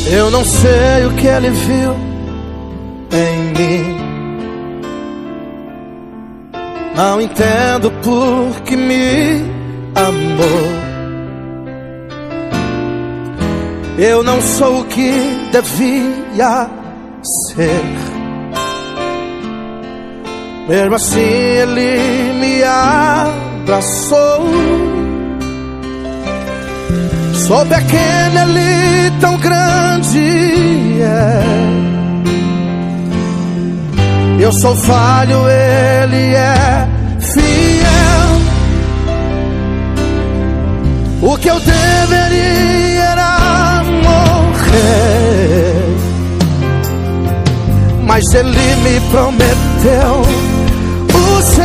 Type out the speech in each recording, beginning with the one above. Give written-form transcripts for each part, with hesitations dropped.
Eu não sei o que ele viu em mim, não entendo por que me amou. Eu não sou o que devia ser, mesmo assim ele me abraçou. Sou pequeno, ele tão grande é. Eu sou falho, ele é fiel. O que eu deveria era morrer, mas ele me prometeu o céu.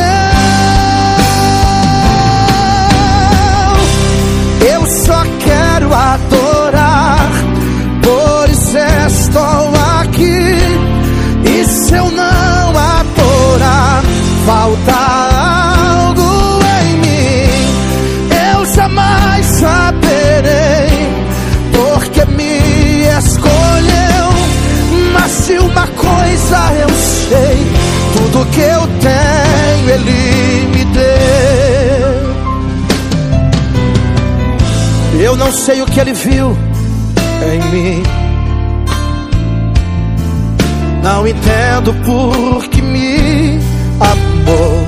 Eu só quero adorar, por isso estou aqui. E se eu não adorar, falta algo em mim. Eu jamais saberei porque me escolheu. Mas se uma coisa eu sei, tudo que eu tenho ele me deu. Eu não sei o que ele viu em mim, não entendo por que me amou.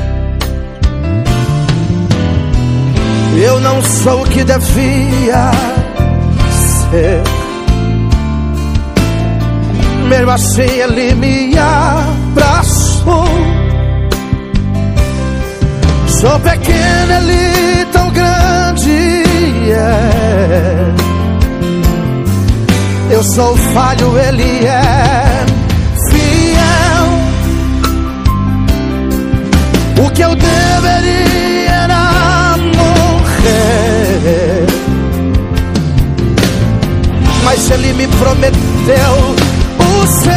Eu não sou o que devia ser, mesmo assim ele me abraçou. Sou pequeno, ele tão grande é. Eu sou falho, ele é fiel. O que eu deveria era morrer, mas ele me prometeu o céu.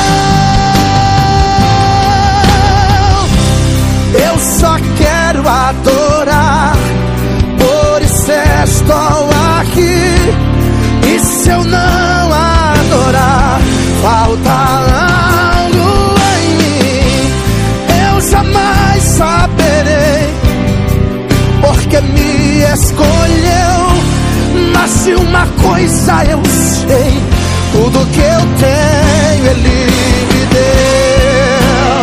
Eu só quero adorar, por isso estou aqui. E se eu não adorar, falta algo em mim. Eu jamais saberei porque me escolheu. Mas se uma coisa eu sei, tudo que eu tenho ele me deu.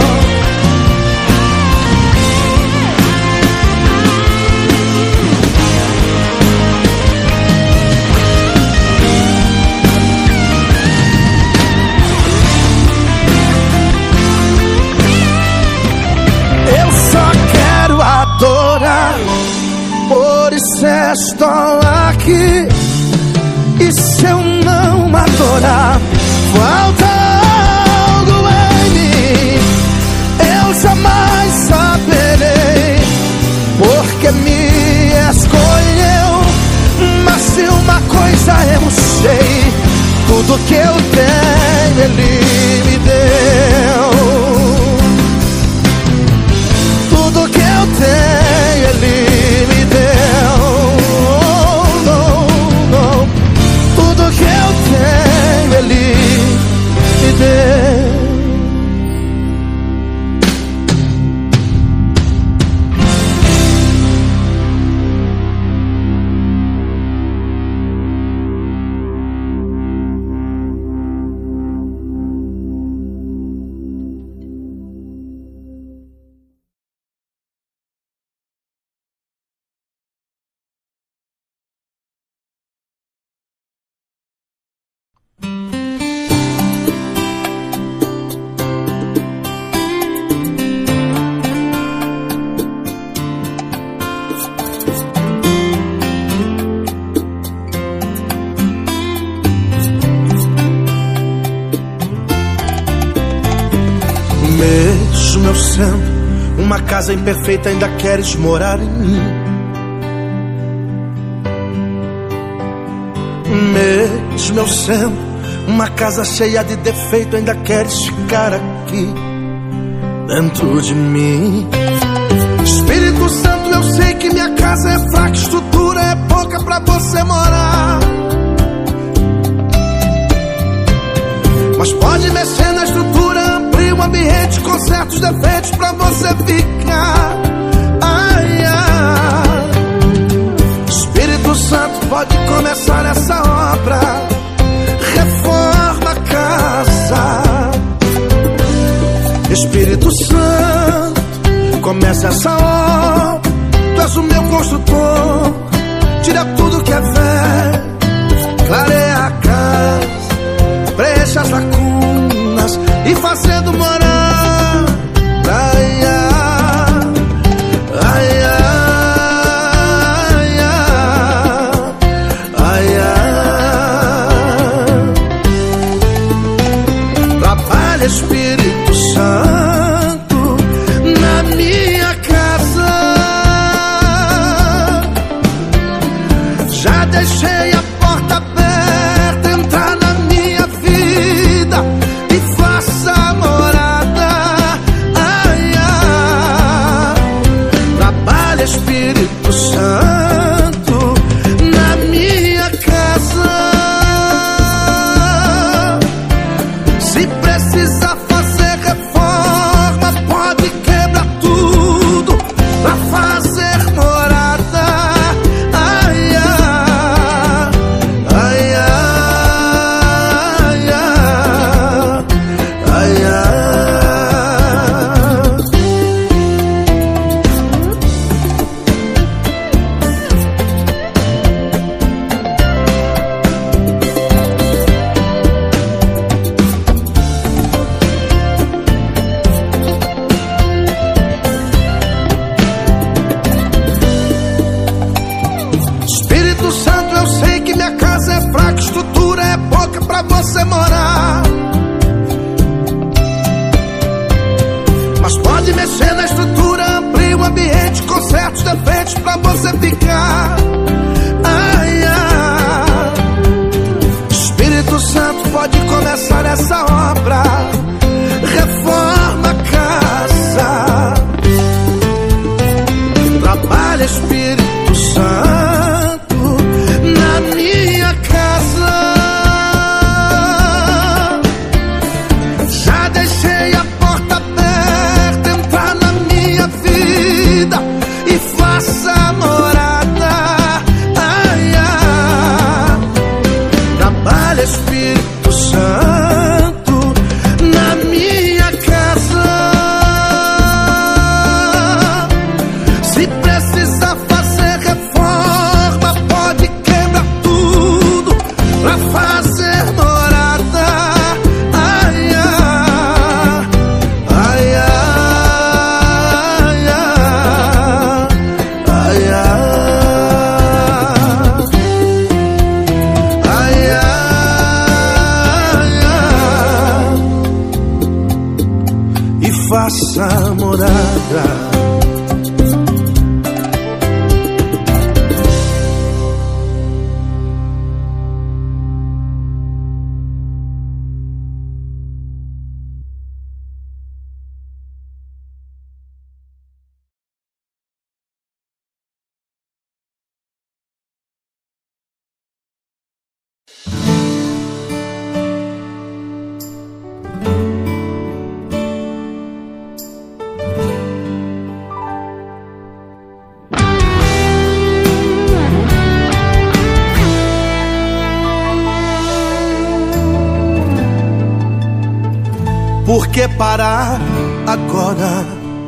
Eu só quero adorar, por isso estou aqui. E se eu não adorar, falta algo em mim. Eu jamais saberei porque me escolheu. Mas se uma coisa eu sei, tudo que eu tenho ele me deu. Tudo que eu tenho ele me deu. Tudo que eu tenho ele me deu. Mesmo eu sendo uma casa imperfeita, ainda queres morar em mim. Mesmo eu sendo uma casa cheia de defeito, ainda queres ficar aqui dentro de mim. Espírito Santo, eu sei que minha casa é fraca, estrutura é pouca pra você morar. certos defeitos pra você ficar. Ai, ai. Espírito Santo pode começar essa obra. Reforma a casa. Espírito Santo, começa essa obra. Tu és o meu construtor. Tira tudo que é velho, clareia a casa, preenche as lacunas e fazendo morar. Ai, ai, ai, ai, ai. Trabalha, Espírito Santo, na minha casa. Já deixei a porta aberta, entrar na minha vida e faça morada. Ai, ai. Trabalha, Espírito Santo, na minha casa. Se precisar fazer reforma, pode quebrar tudo pra fazer morada. Ai, ai, ai, ai, ai, ai. Espírito Santo, eu sei que minha casa é fraca, estrutura é pouca pra você morar. Mas pode mexer na estrutura, amplie o ambiente com certos defeitos pra você ficar. Ai, ai. Espírito Santo pode começar essa obra. Reforma a casa. Trabalha, Espírito Santo, na minha casa. Já deixei a porta aberta, entrar na minha vida e faça morada. Ai, ai. Trabalha, Espírito Santo, na minha casa. Se precisar fazer reforma, pode quebrar tudo pra fazer morada. Ai, ai, ai, ai, ai, ai, ai, e faça morada. Por que parar agora?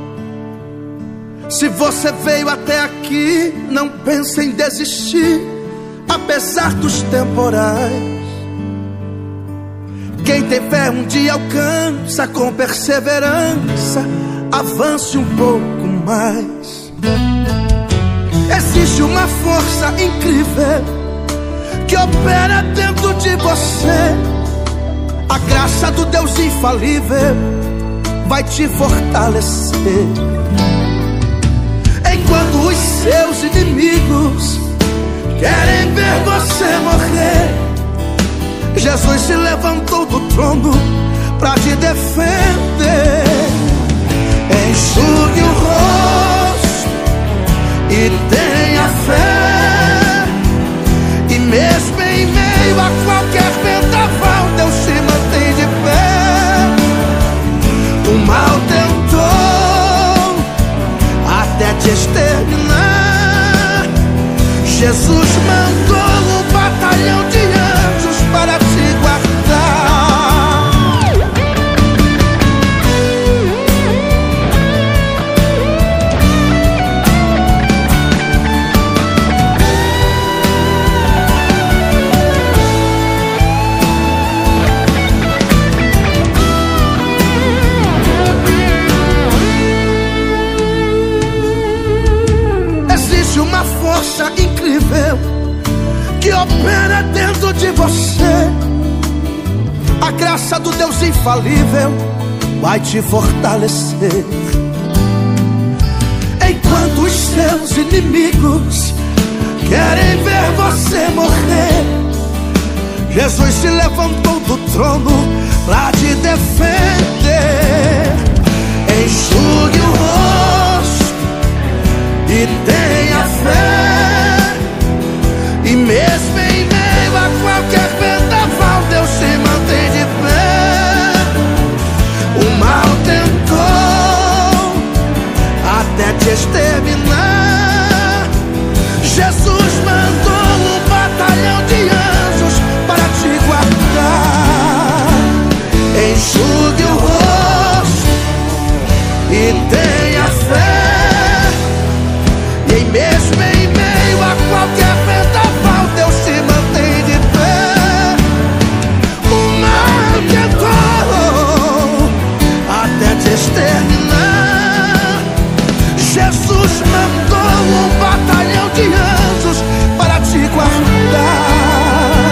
Se você veio até aqui, não pense em desistir, apesar dos temporais. Quem tem fé um dia alcança, com perseverança avance um pouco mais. Existe uma força incrível que opera dentro de você. A graça do Deus infalível vai te fortalecer. Enquanto os seus inimigos querem ver você morrer, Jesus se levantou do trono pra te defender. Enxugue o rosto e tenha fé, e mesmo em meio a qualquer vendaval, Deus te mantém de pé. O mal tentou espera dentro de você. A graça do Deus infalível vai te fortalecer. Enquanto os seus inimigos querem ver você morrer, Jesus se levantou do trono pra te defender. Enxugue o rosto e tenha fé, e mesmo em meio a qualquer vendaval, Deus se mantém de pé. O mal tentou até te exterminar. Jesus mandou um batalhão de anjos para te guardar. Enxugue o rosto e tenha fé, e mesmo em meio a qualquer vendaval, Deus se mantém de pé. O mal tentou até te exterminar. Jesus mandou um batalhão de anjos para te guardar,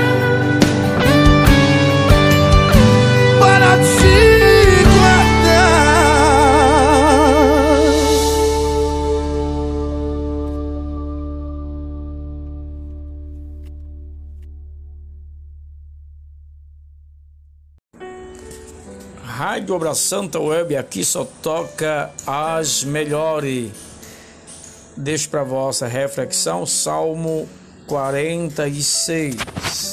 para te guardar. Rádio Obra Santa Web, aqui só toca as melhores. Deixo para vossa reflexão Salmo 46.